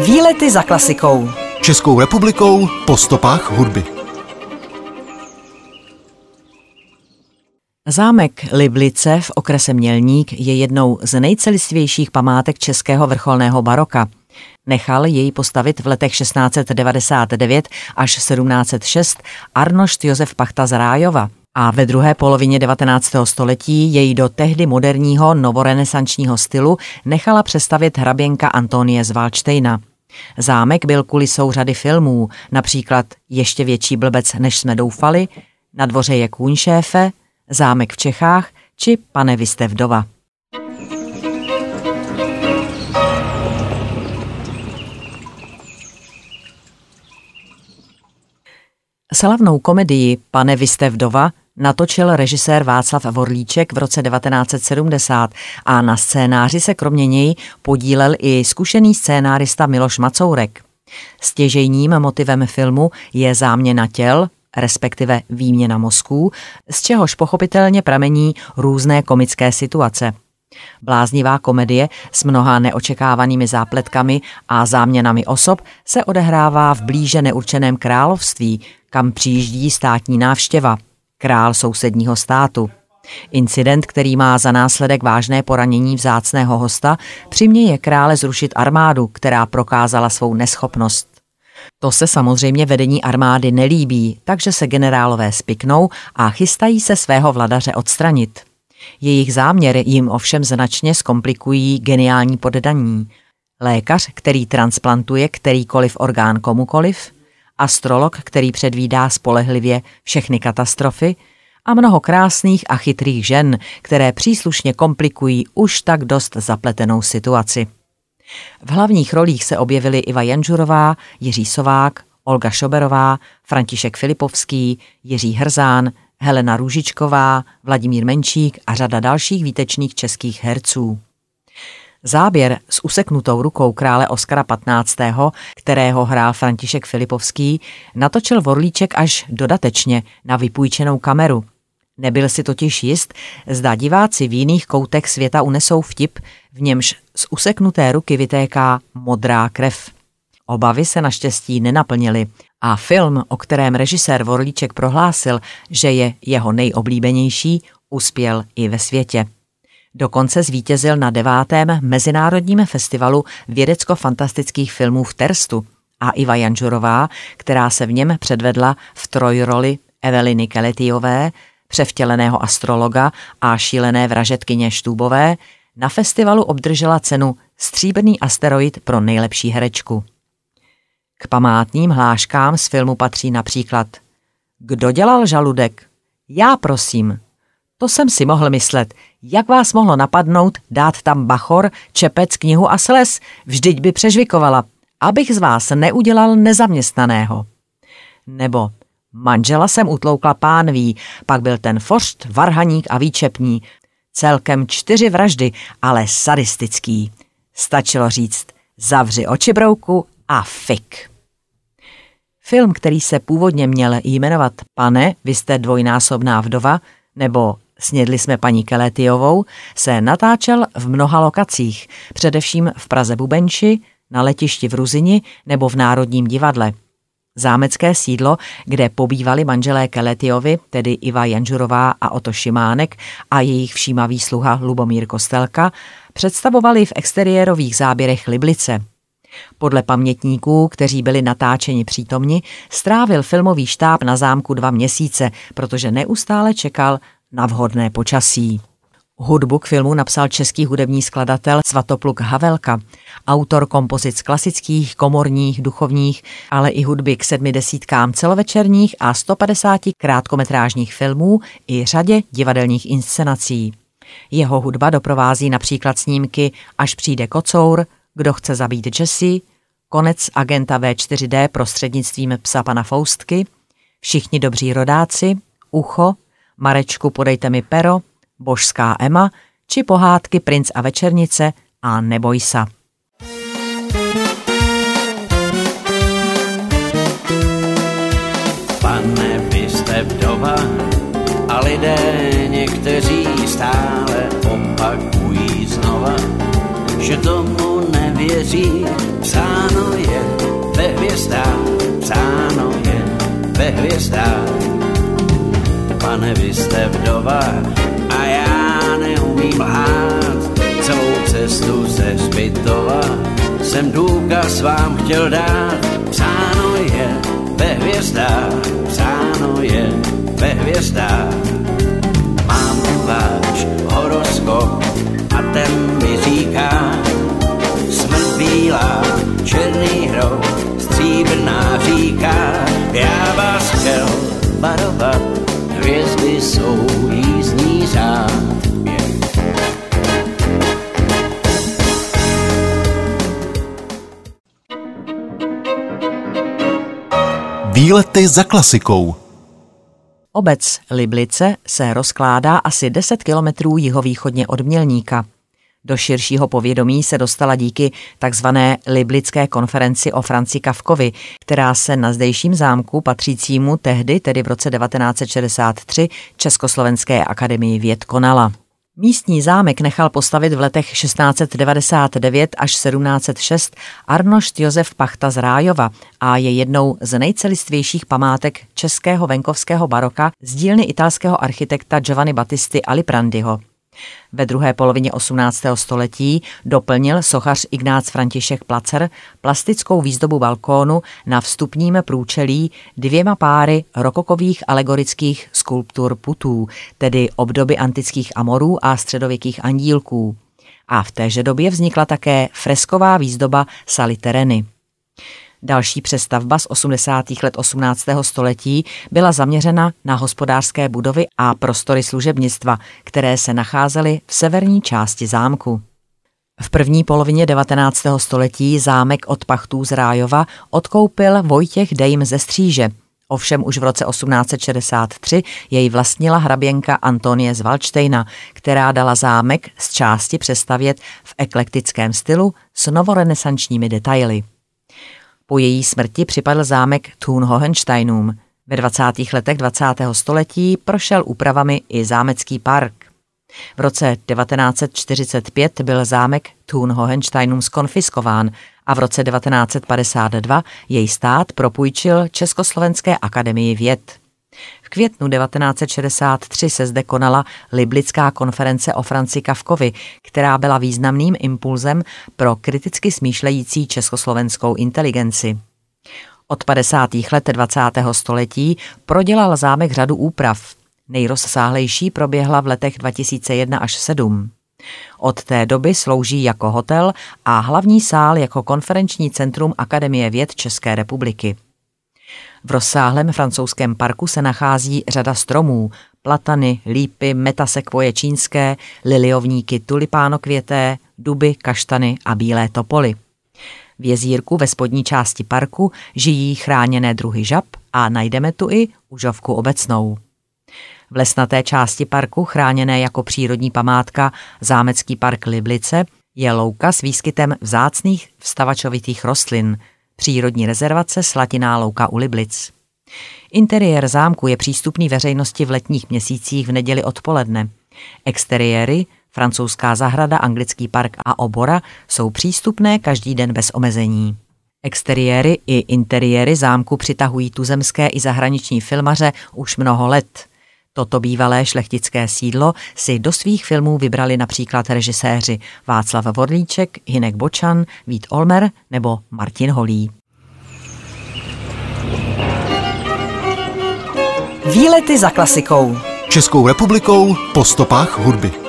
Výlety za klasikou. Českou republikou po stopách hudby. Zámek Liblice v okrese Mělník je jednou z nejcelistvějších památek českého vrcholného baroka. Nechal jej postavit v letech 1699 až 1706 Arnošt Josef Pachta z Rájova a ve druhé polovině 19. století jej do tehdy moderního novorenesančního stylu nechala přestavět hraběnka Antonie z Valdštejna. Zámek byl kulisou řady filmů, například Ještě větší blbec, než jsme doufali, Na dvoře je kůň šéfe, Zámek v Čechách či Pane, vy jste vdova. Slavnou komedii Pane, vy jste vdova natočil režisér Václav Vorlíček v roce 1970 a na scénáři se kromě něj podílel i zkušený scénárista Miloš Macourek. Stěžejním motivem filmu je záměna těl, respektive výměna mozků, z čehož pochopitelně pramení různé komické situace. Bláznivá komedie s mnoha neočekávanými zápletkami a záměnami osob se odehrává v blíže neurčeném království, kam přijíždí státní návštěva, král sousedního státu. Incident, který má za následek vážné poranění vzácného hosta, přiměje krále zrušit armádu, která prokázala svou neschopnost. To se samozřejmě vedení armády nelíbí, takže se generálové spiknou a chystají se svého vladaře odstranit. Jejich záměry jim ovšem značně zkomplikují geniální poddaní. Lékař, který transplantuje kterýkoliv orgán komukoliv, astrolog, který předvídá spolehlivě všechny katastrofy a mnoho krásných a chytrých žen, které příslušně komplikují už tak dost zapletenou situaci. V hlavních rolích se objevili Iva Janžurová, Jiří Sovák, Olga Šoberová, František Filipovský, Jiří Hrzán, Helena Růžičková, Vladimír Menšík a řada dalších výtečných českých herců. Záběr s useknutou rukou krále Oskara 15., kterého hrál František Filipovský, natočil Vorlíček až dodatečně na vypůjčenou kameru. Nebyl si totiž jist, zda diváci v jiných koutech světa unesou vtip, v němž z useknuté ruky vytéká modrá krev. Obavy se naštěstí nenaplnily a film, o kterém režisér Vorlíček prohlásil, že je jeho nejoblíbenější, uspěl i ve světě. Dokonce zvítězil na 9. Mezinárodním festivalu vědecko-fantastických filmů v Terstu a Iva Janžurová, která se v něm předvedla v trojroli Eveliny Keletiové, převtěleného astrologa a šílené vražedkyně Štúbové, na festivalu obdržela cenu Stříbrný asteroid pro nejlepší herečku. K památným hláškám z filmu patří například: Kdo dělal žaludek? Já prosím. To jsem si mohl myslet. Jak vás mohlo napadnout dát tam bachor, čepec, knihu a sles? Vždyť by přežvikovala. Abych z vás neudělal nezaměstnaného. Nebo manžela jsem utloukla pánví, pak byl ten fošt, varhaník a výčepní. Celkem 4 vraždy, ale sadistický. Stačilo říct: zavři oči, brouku, a fik. Film, který se původně měl jmenovat Pane, vy jste dvojnásobná vdova, nebo Snědli jsme paní Keletiovou, se natáčel v mnoha lokacích, především v Praze Bubenči, na letišti v Ruzini nebo v Národním divadle. Zámecké sídlo, kde pobývali manželé Keletiovi, tedy Iva Janžurová a Otto Šimánek a jejich všímavý sluha Lubomír Kostelka, představovali v exteriérových záběrech Liblice. Podle pamětníků, kteří byli natáčeni přítomni, strávil filmový štáb na zámku 2 měsíce, protože neustále čekal na vhodné počasí. Hudbu k filmu napsal český hudební skladatel Svatopluk Havelka, autor kompozic klasických, komorních, duchovních, ale i hudby k 70 celovečerních a 150 krátkometrážních filmů i řadě divadelních inscenací. Jeho hudba doprovází například snímky Až přijde kocour, Kdo chce zabít Jessie, Konec agenta V4D prostřednictvím psa pana Faustky, Všichni dobří rodáci, Ucho, Marečku, podejte mi pero, Božská Ema či pohádky Princ a večernice a Neboj sa. Pane, vy jste vdova a lidé někteří stále opakují znova, že tomu nevěří. věří, psáno je ve hvězdách, psáno je ve hvězdách. Pane, vy jste vdova a já neumím lhát, celou cestu ze hřbitova jsem důkaz vám chtěl dát. Psáno je ve hvězdách, psáno je ve hvězdách. Mám tu váš horoskop a ten mi říká, smrt bílá, černý hrob, stříbrná říká. Já vás chtěl varovat, hvězdy jsou jízdní řád. Výlety za klasikou. Obec Liblice se rozkládá asi 10 kilometrů jihovýchodně od Mělníka. Do širšího povědomí se dostala díky takzvané Liblické konferenci o Franzi Kafkovi, která se na zdejším zámku patřícímu tehdy, tedy v roce 1963, Československé akademii věd konala. Místní zámek nechal postavit v letech 1699 až 1706 Arnošt Josef Pachta z Rájova a je jednou z nejcelistvějších památek českého venkovského baroka z dílny italského architekta Giovanni Battisty Aliprandiho. Ve druhé polovině 18. století doplnil sochař Ignác František Placer plastickou výzdobu balkónu na vstupním průčelí 2 páry rokokových alegorických skulptur putů, tedy obdoby antických amorů a středověkých andílků. A v téže době vznikla také fresková výzdoba Salitereny. Další přestavba z 80. let 18. století byla zaměřena na hospodářské budovy a prostory služebnictva, které se nacházely v severní části zámku. V první polovině 19. století zámek od pachtů z Rájova odkoupil Vojtěch Dejm ze Stříže. Ovšem už v roce 1863 jej vlastnila hraběnka Antonie z Valdštejna, která dala zámek z části přestavět v eklektickém stylu s novorenesančními detaily. Po její smrti připadl zámek Thun Hohensteinům. Ve 20. letech 20. století prošel úpravami i zámecký park. V roce 1945 byl zámek Thun Hohensteinům zkonfiskován a v roce 1952 jej stát propůjčil Československé akademii věd. V květnu 1963 se zde konala Liblická konference o Franzi Kafkovi, která byla významným impulzem pro kriticky smýšlející československou inteligenci. Od 50. let 20. století prodělal zámek řadu úprav. Nejrozsáhlejší proběhla v letech 2001 až 2007. Od té doby slouží jako hotel a hlavní sál jako konferenční centrum Akademie věd České republiky. V rozsáhlém francouzském parku se nachází řada stromů, platany, lípy, metasekvoje čínské, liliovníky tulipánokvěté, duby, kaštany a bílé topoly. V jezírku ve spodní části parku žijí chráněné druhy žab a najdeme tu i užovku obecnou. V lesnaté části parku, chráněné jako přírodní památka Zámecký park Liblice, je louka s výskytem vzácných vstavačovitých rostlin, přírodní rezervace Slatiná louka u Liblic. Interiér zámku je přístupný veřejnosti v letních měsících v neděli odpoledne. Exteriéry, francouzská zahrada, anglický park a obora jsou přístupné každý den bez omezení. Exteriéry i interiéry zámku přitahují tuzemské i zahraniční filmaře už mnoho let. Toto bývalé šlechtické sídlo si do svých filmů vybrali například režiséři Václav Vorlíček, Hynek Bočan, Vít Olmer nebo Martin Holý. Výlety za klasikou. Českou republikou po stopách hudby.